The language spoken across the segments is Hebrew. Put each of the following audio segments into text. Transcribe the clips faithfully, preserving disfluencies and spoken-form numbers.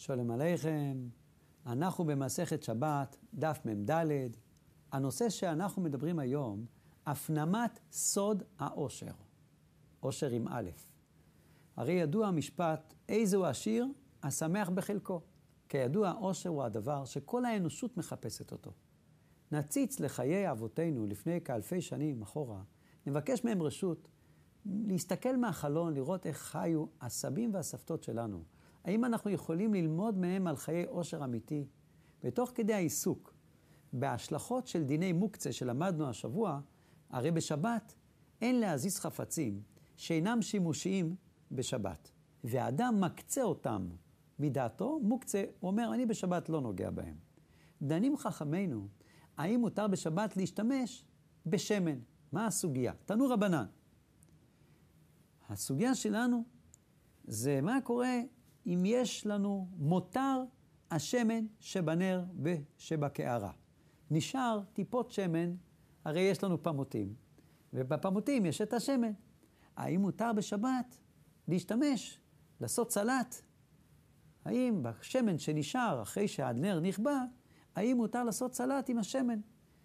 שלום עליכם, אנחנו במסכת שבת, דף מ"ד. הנושא שאנחנו מדברים היום, הפנמת סוד העושר. עושר עם א'. הרי ידוע המשפט, איזהו עשיר, השמח בחלקו. כידוע, עושר הוא הדבר שכל האנושות מחפשת אותו. נציץ לחיי אבותינו לפני כאלפי שנים אחורה, נבקש מהם רשות להסתכל מהחלון, לראות איך חיו הסבים והסבתות שלנו. האם אנחנו יכולים ללמוד מהם על חיי עושר אמיתי? בתוך כדי העיסוק, בהשלכות של דיני מוקצה שלמדנו השבוע, הרי בשבת אין להזיז חפצים שאינם שימושיים בשבת. והאדם מקצה אותם מדעתו, מוקצה, הוא אומר, אני בשבת לא נוגע בהם. דנים חכמינו, האם מותר בשבת להשתמש בשמן? מה הסוגיה? תנו רבנן. הסוגיה שלנו זה מה קורה אם יש לנו מותר השמן שבנר ושבקערה. נשאר טיפות שמן, הרי יש לנו פמותים, ובפמותים יש את השמן. האם מותר בשבת להשתמש, לעשות סלט? האם בשמן שנשאר אחרי שהנר נכבה, האם מותר לעשות סלט עם השמן?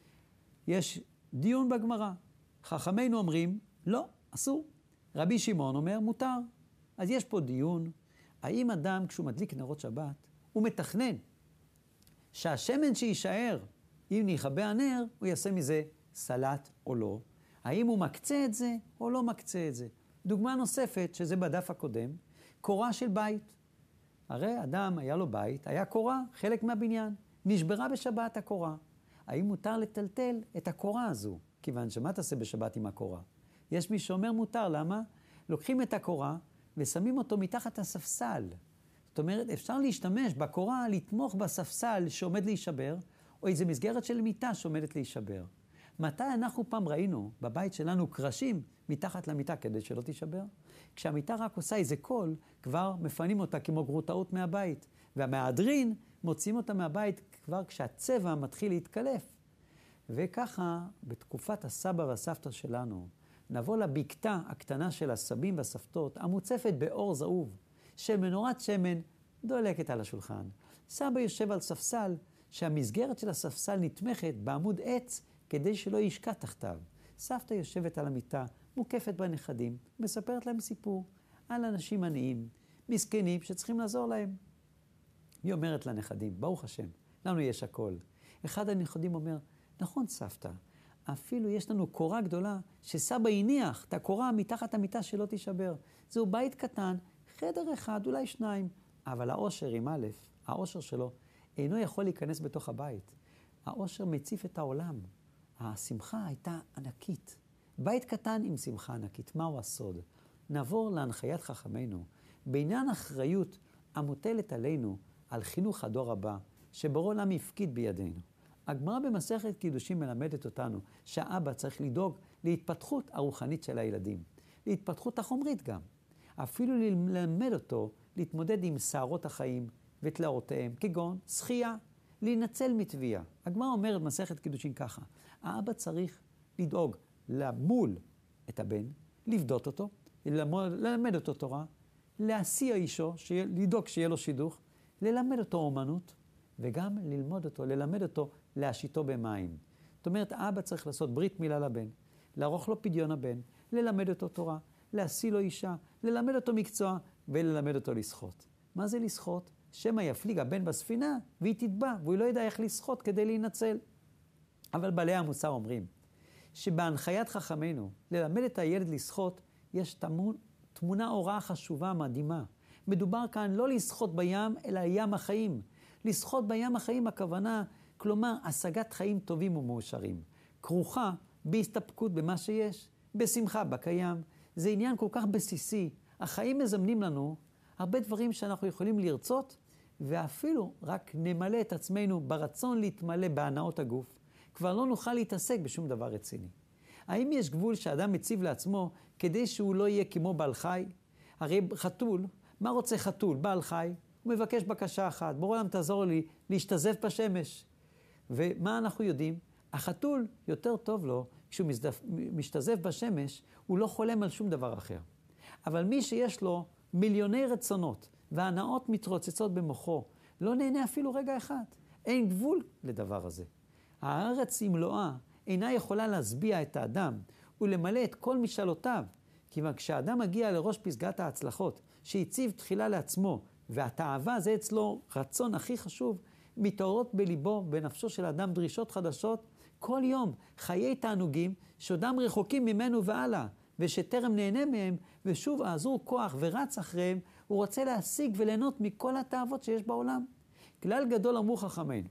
יש דיון בגמרא. חכמינו אומרים, לא, אסור. רבי שמעון אומר, מותר. אז יש פה דיון, האם אדם כשהוא מדליק נרות שבת, הוא מתכנן שהשמן שישאר, אם נכבה הנר, הוא יעשה מזה סלט או לא. האם הוא מקצה את זה או לא מקצה את זה? דוגמה נוספת, שזה בדף הקודם, קורה של בית. הרי אדם היה לו בית, היה קורה, חלק מהבניין. נשברה בשבת הקורה. האם מותר לטלטל את הקורה הזו? כיוון שמה תעשה בשבת עם הקורה? יש מי שאומר מותר, למה? לוקחים את הקורה ושמים אותו מתחת הספסל. זאת אומרת, אפשר להשתמש בקורה, לתמוך בספסל שעומד להישבר, או איזו מסגרת של מיטה שעומדת להישבר. מתי אנחנו פעם ראינו בבית שלנו קרשים מתחת למיטה כדי שלא תישבר? כשהמיטה רק עושה איזה קול, כבר מפנים אותה כמו גרוטאות מהבית. והמהדרין מוצאים אותה מהבית כבר כשהצבע מתחיל להתקלף. וככה, בתקופת הסבא והסבתא שלנו, נבוא לבקתה הקטנה של הסבים והסבתות, המוצפת באור זהוב, של מנורת שמן דולקת על השולחן. סבא יושב על ספסל, שהמסגרת של הספסל נתמכת בעמוד עץ, כדי שלא ישקע תחתיו. סבתא יושבת על המיטה, מוקפת בנכדים, מספרת להם סיפור על אנשים עניים, מסכנים שצריכים לעזור להם. היא אומרת לנכדים, ברוך השם, לנו יש הכל. אחד הנכדים אומר, נכון סבתא, אפילו יש לנו קורה גדולה, שסבא הניח את הקורה מתחת המיטה שלא תישבר. זהו בית קטן, חדר אחד, אולי שניים, אבל העושר עם א', העושר שלו, אינו יכול להיכנס בתוך הבית. העושר מציף את העולם. השמחה הייתה ענקית. בית קטן עם שמחה ענקית. מהו הסוד? נעבור להנחיית חכמינו. בעניין אחריות המוטלת עלינו, על חינוך הדור הבא, שבורא עולם הפקיד בידינו. הגמרא במסכת קידושין מלמדת אותנו שהאבא צריך לדאוג להתפתחות הרוחנית של הילדים. להתפתחות החומרית גם. אפילו ללמד אותו להתמודד עם שערות החיים ותלאותיהם, כגון שחייה, להינצל מטביעה. הגמרא אומרת במסכת קידושין ככה, האבא צריך לדאוג למול את הבן, לבדות אותו, ללמד אותו תורה, להסיע אישו, לדאוג שיהיה לו שידוך, ללמד אותו אומנות, וגם ללמוד אותו, ללמד אותו להשיתו במים. זאת אומרת, האבא צריך לעשות ברית מילה לבן, לערוך לו פדיון הבן, ללמד אותו תורה, להשיא לו אישה, ללמד אותו מקצוע וללמד אותו לשחות. מה זה לשחות? שמא יפליג הבן בספינה והיא תטבע, והוא לא ידע איך לשחות כדי להינצל. אבל בעלי המוסר אומרים שבהנחיית חכמינו ללמד את הילד לשחות יש תמונה, תמונה הוראה חשובה מדהימה. מדובר כאן לא לשחות בים אלא ים החיים. לשחות בים החיים הכוונה, כלומר השגת חיים טובים ומאושרים. כרוכה בהסתפקות במה שיש, בשמחה בקיים. זה עניין כל כך בסיסי. החיים מזמנים לנו הרבה דברים שאנחנו יכולים לרצות, ואפילו רק נמלא את עצמנו ברצון להתמלא בהנאות הגוף. כבר לא נוכל להתעסק בשום דבר רציני. האם יש גבול שאדם מציב לעצמו כדי שהוא לא יהיה כמו בעל חי? הרי חתול, מה רוצה חתול? בעל חי, הוא מבקש בקשה אחת, בורא עולם תעזור לי להשתזף בשמש. ומה אנחנו יודעים? החתול יותר טוב לו, כשהוא משתזף בשמש, הוא לא חולם על שום דבר אחר. אבל מי שיש לו מיליוני רצונות, והנאות מתרוצצות במוחו. לא נהנה אפילו רגע אחד. אין גבול לדבר הזה. הארץ עם לואה אינה יכולה להשביע את האדם ולמלא את כל משאלותיו. כיוון כשאדם מגיע לראש פסגת ההצלחות, שהציב תחילה לעצמו, והתאווה זה אצלו רצון הכי חשוב, מתעוררות בליבו, בנפשו של אדם דרישות חדשות, כל יום חיי תענוגים שעודם רחוקים ממנו והלאה, ושטרם נהנה מהם, ושוב עזור כוח ורץ אחריהם, הוא רוצה להשיג וליהנות מכל התאוות שיש בעולם. כלל גדול אמרו חכמינו,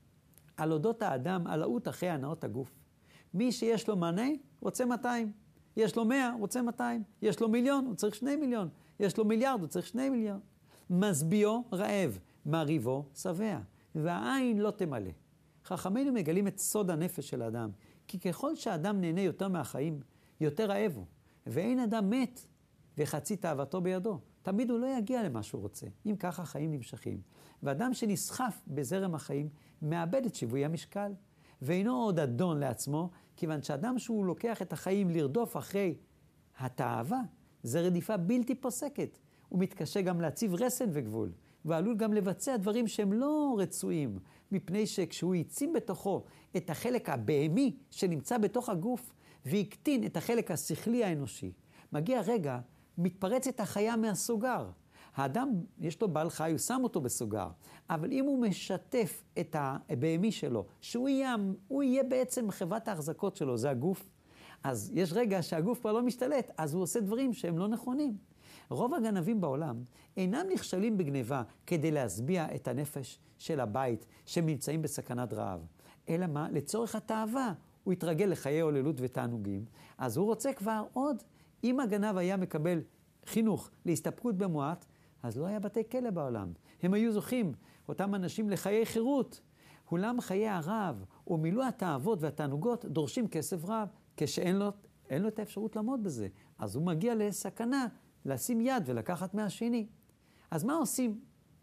על אודות האדם, על האות אחרי הנאות הגוף. מי שיש לו מנה, רוצה מאתיים. יש לו מאה, רוצה מאתיים. יש לו מיליון, הוא צריך שני מיליון. יש לו מיליארד, הוא צריך שני מיליון. משביעו רעב, מריבו שבע, והעין לא תמלא. חכמינו מגלים את סוד הנפש של האדם, כי ככל שהאדם נהנה יותר מהחיים, יותר רעב הוא. ואין אדם מת וחצי תאוותו בידו. תמיד הוא לא יגיע למה שהוא רוצה, אם ככה החיים נמשכים. ואדם שנסחף בזרם החיים, מאבד את שיווי המשקל. ואינו עוד אדון לעצמו, כיוון שאדם שהוא לוקח את החיים לרדוף אחרי התאווה, זה רדיפה בלתי פוסקת. הוא מתקשה גם להציב רסן וגבול, ועלול גם לבצע דברים שהם לא רצויים, מפני שכשהוא יצים בתוכו את החלק הבהמי שנמצא בתוך הגוף, והקטין את החלק השכלי האנושי, מגיע רגע, מתפרצת החיה מהסוגר. האדם, יש לו בעל חי, הוא שם אותו בסוגר, אבל אם הוא משתף את הבהמי שלו, שהוא יהיה, הוא יהיה בעצם חברת ההחזקות שלו, זה הגוף, אז יש רגע שהגוף כבר לא משתלט, אז הוא עושה דברים שהם לא נכונים. רוב הגנבים בעולם אינם נכשלים בגניבה כדי להשביע את הנפש של הבית שנמצאים בסכנת רעב. אלא מה? לצורך התאווה. הוא התרגל לחיי עוללות ותענוגים, אז הוא רוצה כבר עוד. אם הגנב היה מקבל חינוך להסתפקות במועט, אז לא היה בתי כלא בעולם. הם היו זוכים, אותם אנשים, לחיי חירות. אולם חיי הרעב ומילוא התאוות והתענוגות דורשים כסף רב, כשאין לו, אין לו את האפשרות לעמוד בזה. אז הוא מגיע לסכנה, לשים יד ולקחת מהשני. אז מה עושים?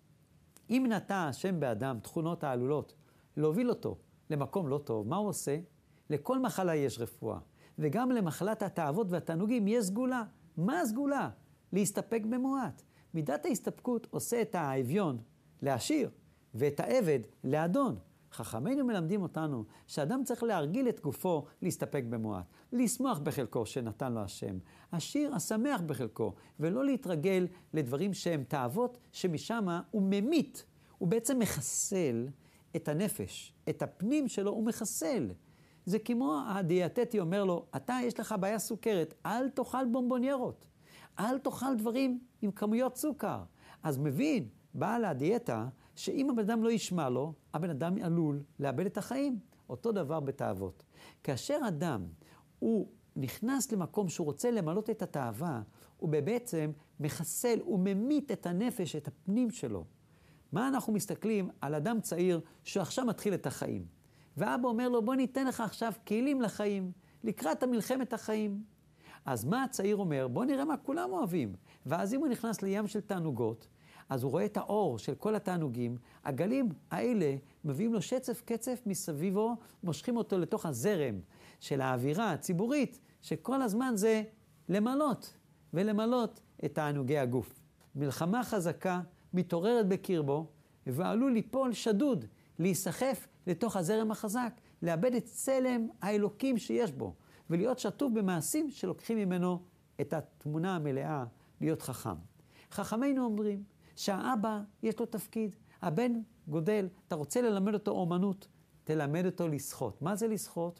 אם נטע השם באדם תכונות העלולות, להוביל אותו למקום לא טוב, מה הוא עושה? לכל מחלה יש רפואה, וגם למחלת התאוות והתענוגים יש סגולה. מה הסגולה? להסתפק במועט. מידת ההסתפקות עושה את האביון לעשיר, ואת העבד לאדון. חכמינו מלמדים אותנו שאדם צריך להרגיל את גופו להסתפק במועט, לשמוח בחלקו שנתן לו השם, עשיר השמח בחלקו, ולא להתרגל לדברים שהם תאוות שמשם הוא ממית, הוא בעצם מחסל את הנפש, את הפנים שלו הוא מחסל. זה כמו הדיאטטי אומר לו, אתה יש לך בעיה סוכרת, אל תאכל בומבוניירות, אל תאכל דברים עם כמויות סוכר. אז מבין, בעל הדיאטה, שאם הבן אדם לא ישמע לו, הבן אדם עלול לאבד את החיים. אותו דבר בתאוות. כאשר אדם הוא נכנס למקום שהוא רוצה למלות את התאווה, הוא בעצם מחסל, הוא ממית את הנפש, את הפנים שלו. מה אנחנו מסתכלים על אדם צעיר שעכשיו מתחיל את החיים? ואבא אומר לו, בוא ניתן לך עכשיו כלים לחיים, לקראת המלחמת החיים. אז מה הצעיר אומר? בוא נראה מה כולם אוהבים. ואז אם הוא נכנס לים של תענוגות, אז הוא רואה את האור של כל התענוגים, הגלים האלה מביאים לו שצף קצף מסביבו, מושכים אותו לתוך הזרם של האווירה הציבורית, שכל הזמן זה למלות ולמלות את תענוגי הגוף. מלחמה חזקה מתעוררת בקרבו, ועלול ליפול שדוד, להיסחף לתוך הזרם החזק, לאבד את צלם האלוקים שיש בו, ולהיות שטוף במעשים שלוקחים ממנו את התמונה המלאה, להיות חכם. חכמינו אומרים, שהאבא יש לו תפקיד, הבן גודל, אתה רוצה ללמד אותו אומנות, תלמד אותו לשחות. מה זה לשחות?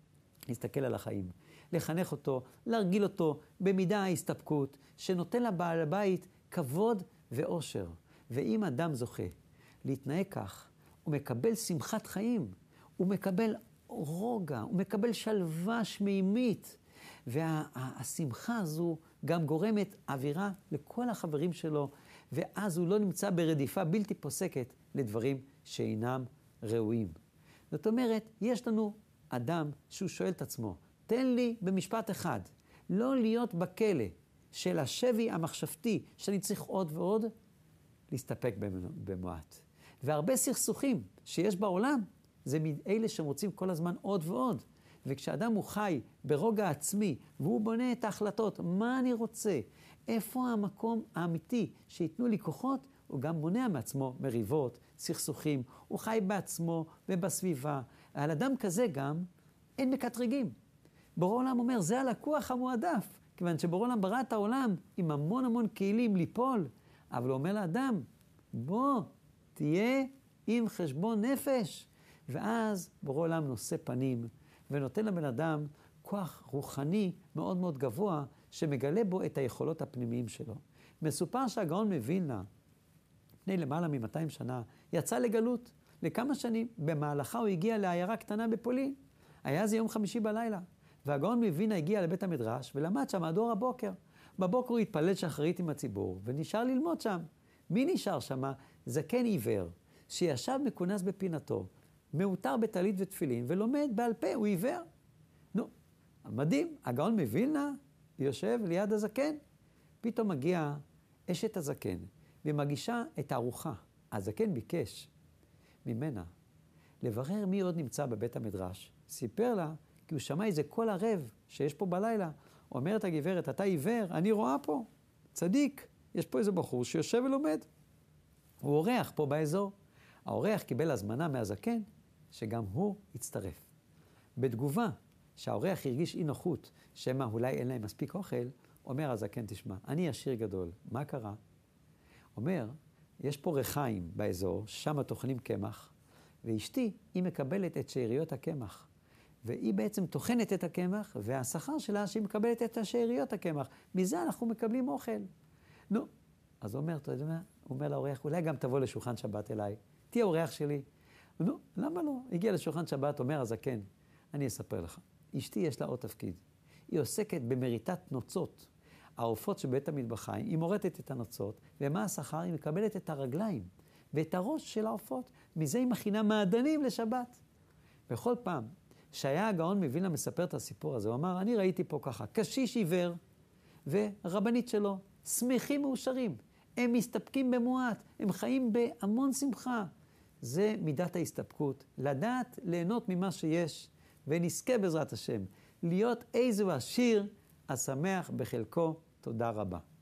להסתכל על החיים, לחנך אותו, להרגיל אותו במידה ההסתפקות, שנותן לבעל הבית כבוד ואושר. ואם אדם זוכה להתנהג כך, הוא מקבל שמחת חיים, הוא מקבל רוגע, הוא מקבל שלווה שמימית, והשמחה הזו גם גורמת אווירה לכל החברים שלו, ואז הוא לא נמצא ברדיפה בלתי פוסקת לדברים שאינם ראויים. זאת אומרת, יש לנו אדם שהוא שואל את עצמו, תן לי במשפט אחד, לא להיות בכלא של השבי המחשבתי שאני צריך עוד ועוד, להסתפק במועט. והרבה סכסוכים שיש בעולם, זה מאלה שרוצים כל הזמן עוד ועוד. וכשאדם הוא חי ברוגע עצמי, והוא בונה את ההחלטות, מה אני רוצה, איפה המקום האמיתי שיתנו לי כוחות? הוא גם מונע מעצמו מריבות, סכסוכים, הוא חי בעצמו ובסביבה. על אדם כזה גם אין מקטרגים. בורא עולם אומר, זה הלקוח המועדף, כיוון שבורא עולם ברא את העולם עם המון המון כלים ליפול, אבל הוא אומר לאדם, בוא, תהיה עם חשבון נפש. ואז בורא עולם נושא פנים, ונותן לבן אדם כוח רוחני מאוד מאוד גבוה, שמגלה בו את היכולות הפנימיים שלו. מסופר שהגאון מווילנה, לפני למעלה מ-מאתיים שנה, יצא לגלות לכמה שנים. במהלכה הוא הגיע לעיירה קטנה בפולין. היה זה יום חמישי בלילה. והגאון מווילנה הגיע לבית המדרש ולמד שם עד אור הבוקר. בבוקר הוא התפלל שחרית עם הציבור ונשאר ללמוד שם. מי נשאר שם? זקן עיוור, שישב מכונס בפינתו, מעוטר בטלית ותפילין ולומד בעל פה, הוא עיוור. נו, מדהים, הגאון מווילנה יושב ליד הזקן. פתאום מגיע אשת הזקן ומגישה את הארוחה. הזקן ביקש ממנה לברר מי עוד נמצא בבית המדרש. סיפר לה, כי הוא שמע איזה קול ערב שיש פה בלילה. אומרת הגברת, אתה עיוור, אני רואה פה. צדיק, יש פה איזה בחור שיושב ולומד. הוא אורח פה באזור. האורח קיבל הזמנה מהזקן, שגם הוא הצטרף. בתגובה, שהאורח הרגיש אי נוחות, שמה אולי אין להם מספיק אוכל, אומר הזקן, תשמע, אני עשיר גדול, מה קרה? אומר, יש פה ריחיים באזור, שם טוחנים קמח, ואשתי, היא מקבלת את שאריות הקמח. והיא בעצם טוחנת את הקמח, והשכר שלה שהיא מקבלת את שאריות הקמח. מזה אנחנו מקבלים אוכל. נו, אז הוא אומר, אתה יודע מה? הוא אומר לאורח, אולי גם תבוא לשולחן שבת אליי. תהיה אורח שלי. נו, למה לא? הגיע לשולחן שבת, אומר הזקן, אני אספר לך. אשתי יש לה עוד תפקיד. היא עוסקת במריטת נוצות. העופות שבית המטבחיים, היא מורטת את הנוצות, ומה השכר? היא מקבלת את הרגליים ואת הראש של העופות. מזה היא מכינה מעדנים לשבת. בכל פעם שהיה הגאון מווילנה מספר את הסיפור הזה, הוא אמר, אני ראיתי פה ככה, קשיש עיוור ורבנית שלו, שמחים מאושרים, הם מסתפקים במועט, הם חיים בהמון שמחה. זה מידת ההסתפקות, לדעת ליהנות ממה שיש, ונזכה בעזרת השם, להיות איזו עשיר השמח בחלקו. תודה רבה.